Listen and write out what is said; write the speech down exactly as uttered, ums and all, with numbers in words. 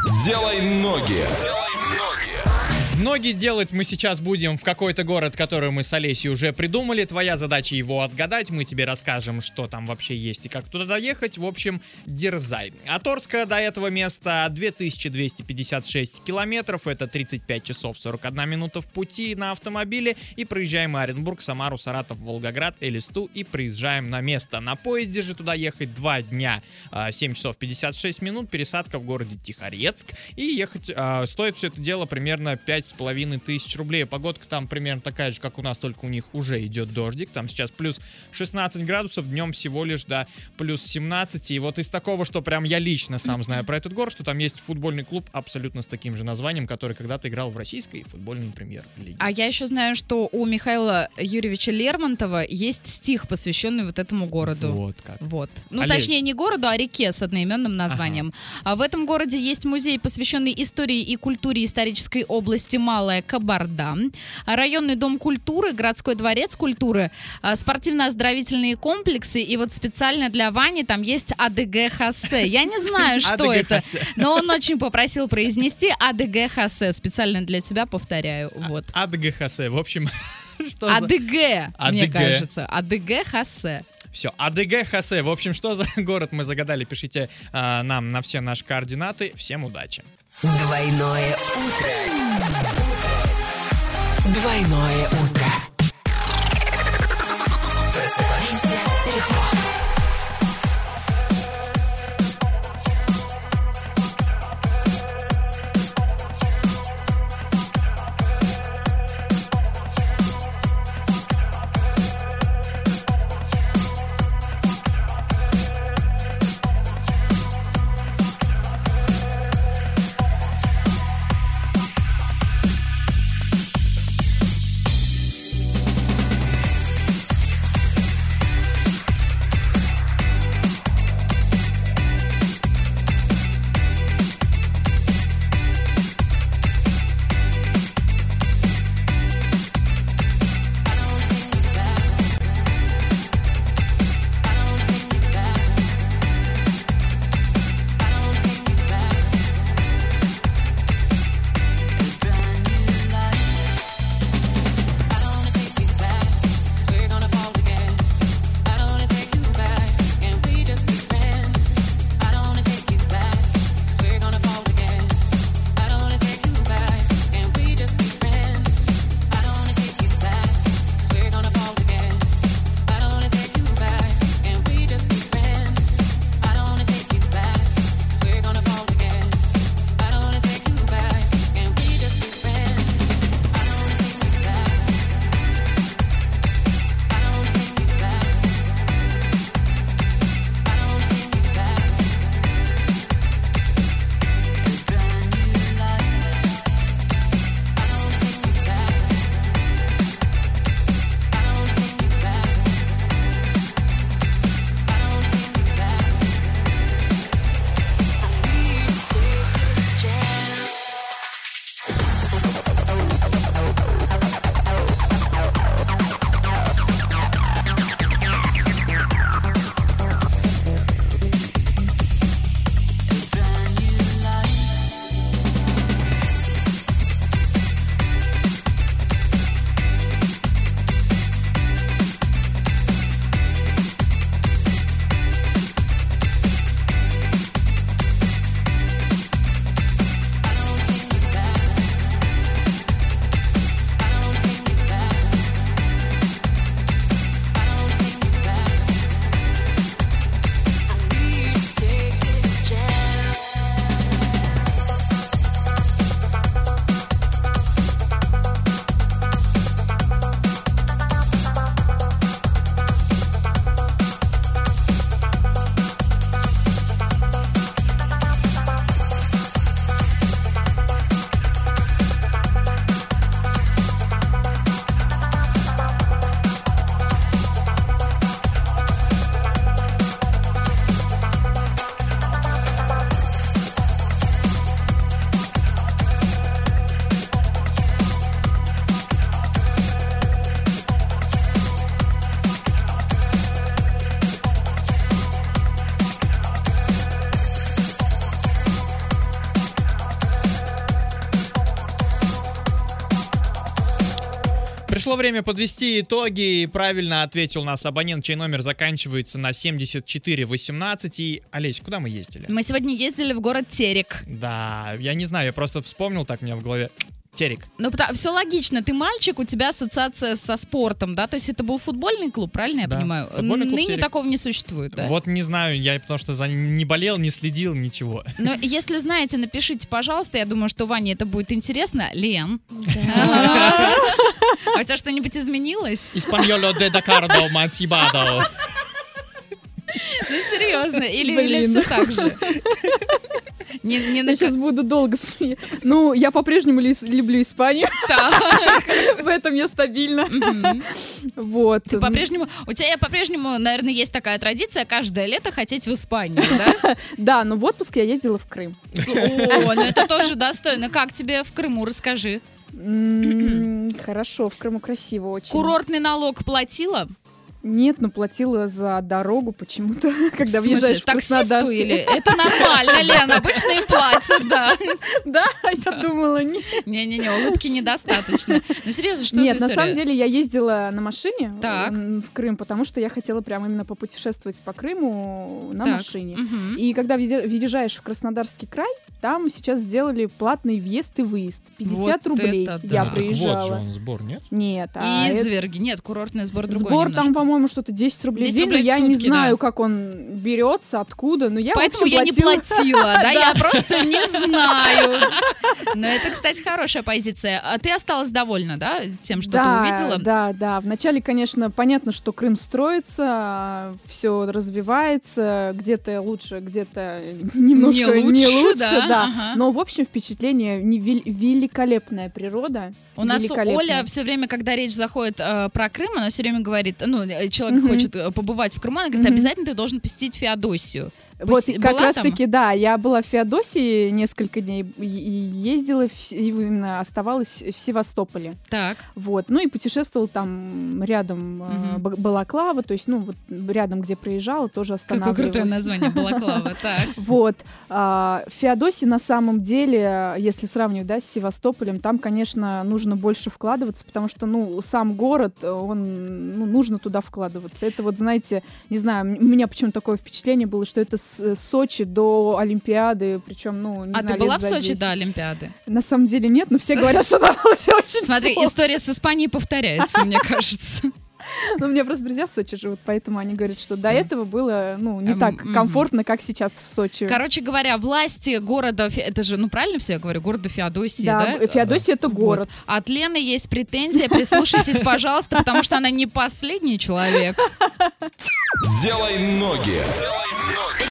Делай ноги. Ноги делать мы сейчас будем в какой-то город, который мы с Олесей уже придумали. Твоя задача его отгадать. Мы тебе расскажем, что там вообще есть и как туда доехать. В общем, дерзай. От Орска до этого места две тысячи двести пятьдесят шесть километров. Это тридцать пять часов сорок одна минута в пути на автомобиле. И проезжаем мы Оренбург, Самару, Саратов, Волгоград, Элисту и приезжаем на место. На поезде же туда ехать два дня, семь часов пятьдесят шесть минут. Пересадка в городе Тихорецк. И ехать э, стоит все это дело примерно пять с половиной тысяч рублей. Погодка там примерно такая же, как у нас, только у них уже идет дождик. Там сейчас плюс шестнадцать градусов, днем всего лишь до плюс семнадцать. И вот из такого, что прям я лично сам знаю про этот город, что там есть футбольный клуб абсолютно с таким же названием, который когда-то играл в российской футбольной премьер-лиге. А я еще знаю, что у Михаила Юрьевича Лермонтова есть стих, посвященный вот этому городу. Вот как. Вот. Ну, Олесь. Точнее, не городу, а реке с одноименным названием. Ага. А в этом городе есть музей, посвященный истории и культуре исторической области Малая Кабарда, районный дом культуры, городской дворец культуры, спортивно-оздоровительные комплексы, и вот специально для Вани там есть АДГ Хосе. Я не знаю, что это, но он очень попросил произнести АДГ Хосе. Специально для тебя повторяю. Вот. АДГ Хосе, в общем... Что АДГ, за... мне АДГ. кажется. АДГ Хосе. Все, АДГ Хосе. В общем, что за город мы загадали, пишите э, нам на все наши координаты. Всем удачи. Двойное утро. Двойное утро. Просыпаемся легко. пришло время подвести итоги. И правильно ответил нас абонент, чей номер заканчивается на семьдесят четыре восемнадцать. И, Олесь, куда мы ездили? Мы сегодня ездили в город Терек. Да, я не знаю, я просто вспомнил, так у меня в голове. Терек. Ну, все логично. Ты мальчик, у тебя ассоциация со спортом, да? То есть это был футбольный клуб, правильно я Да, понимаю? футбольный клуб Ныне «Терек». такого не существует, да? Вот не знаю, я потому что за ним не болел, не следил, ничего. Но если знаете, напишите, пожалуйста. Я думаю, что Ване это будет интересно. Лен. А у тебя что-нибудь изменилось? Испаньоло де Дакардо Матибадо. Ну, серьезно. Или, Блин. или все так же? Не, не Я на сейчас буду долго смеяться. Ну, я по-прежнему лис- люблю Испанию. В этом я стабильна. Мгм. Вот. Ты по-прежнему, у тебя по-прежнему, наверное, есть такая традиция каждое лето хотеть в Испанию, да? Да, но в отпуск я ездила в Крым. О, ну это тоже достойно. Как тебе в Крыму, расскажи. М, Хорошо, в Крыму красиво очень. Курортный налог платила? Нет, но платила за дорогу почему-то, когда В смысле, въезжаешь в таксисту Краснодар. или? Это нормально, Лен, обычно им платят, да. Да, я думала, нет. Не-не-не, улыбки недостаточно. Ну серьезно, что Нет, за на история? самом деле я ездила на машине Так. м, в Крым, потому что я хотела прям именно попутешествовать по Крыму на Так. машине. Мгм. И когда въезжа- въезжаешь в Краснодарский край, там сейчас сделали платный въезд и выезд. пятьдесят Вот рублей это я да. Так проезжала. вот же он сбор, нет? Нет, а И это- изверги. Нет, курортный сбор другой сбор немножко. там, по-моему, что-то десять рублей в десять день, но рублей в я не сутки, знаю, да. как он берется, откуда, но я, в Поэтому общем, я не платила. платила, да, я просто не знаю. Но это, кстати, хорошая позиция. А ты осталась довольна, да, тем, что да, ты увидела? Да, да. Вначале, конечно, понятно, что Крым строится, все развивается, где-то лучше, где-то немножко Не не лучше, лучше, да, да. ага. Но в общем впечатление не вел- великолепная природа. У нас великолепная. Оля все время, когда речь заходит э, про Крым, она все время говорит, ну, э, человек Мгм. хочет э, побывать в Крыму, она говорит, Мгм. обязательно ты должен посетить Феодосию. Вот Пусть- и как была раз там? таки, да, я была в Феодосии несколько дней и и ездила, в С- и именно оставалась в Севастополе. Так. Вот, ну и путешествовал там рядом э, Мгм. Ба- Балаклава, то есть, ну, вот рядом, где проезжала, тоже Какое останавливалась. крутое название, Балаклава. Так. Вот. а, В Феодосии на самом деле, если сравнивать, да, с Севастополем, там, конечно, нужно больше вкладываться, потому что, ну, сам город, он, ну, нужно туда вкладываться. Это вот, знаете, не знаю, м- у меня почему-то такое впечатление было, что это с Сочи до Олимпиады, причем, ну, не А знаю, ты была лет в за Сочи десять. до Олимпиады? На самом деле нет, но все говорят, что там было всё очень Смотри, плохо. история с Испанией повторяется, мне кажется. Ну, у меня просто друзья в Сочи живут, поэтому они говорят, что Всё. до этого было, ну, не Эм, так мгм. комфортно, как сейчас в Сочи. Короче говоря, власти города, Фе- это же, ну правильно все я говорю, города Феодосии, да? Да, Феодосия — это Вот. город. От Лены есть претензия, прислушайтесь, пожалуйста, потому что она не последний человек. Делай ноги.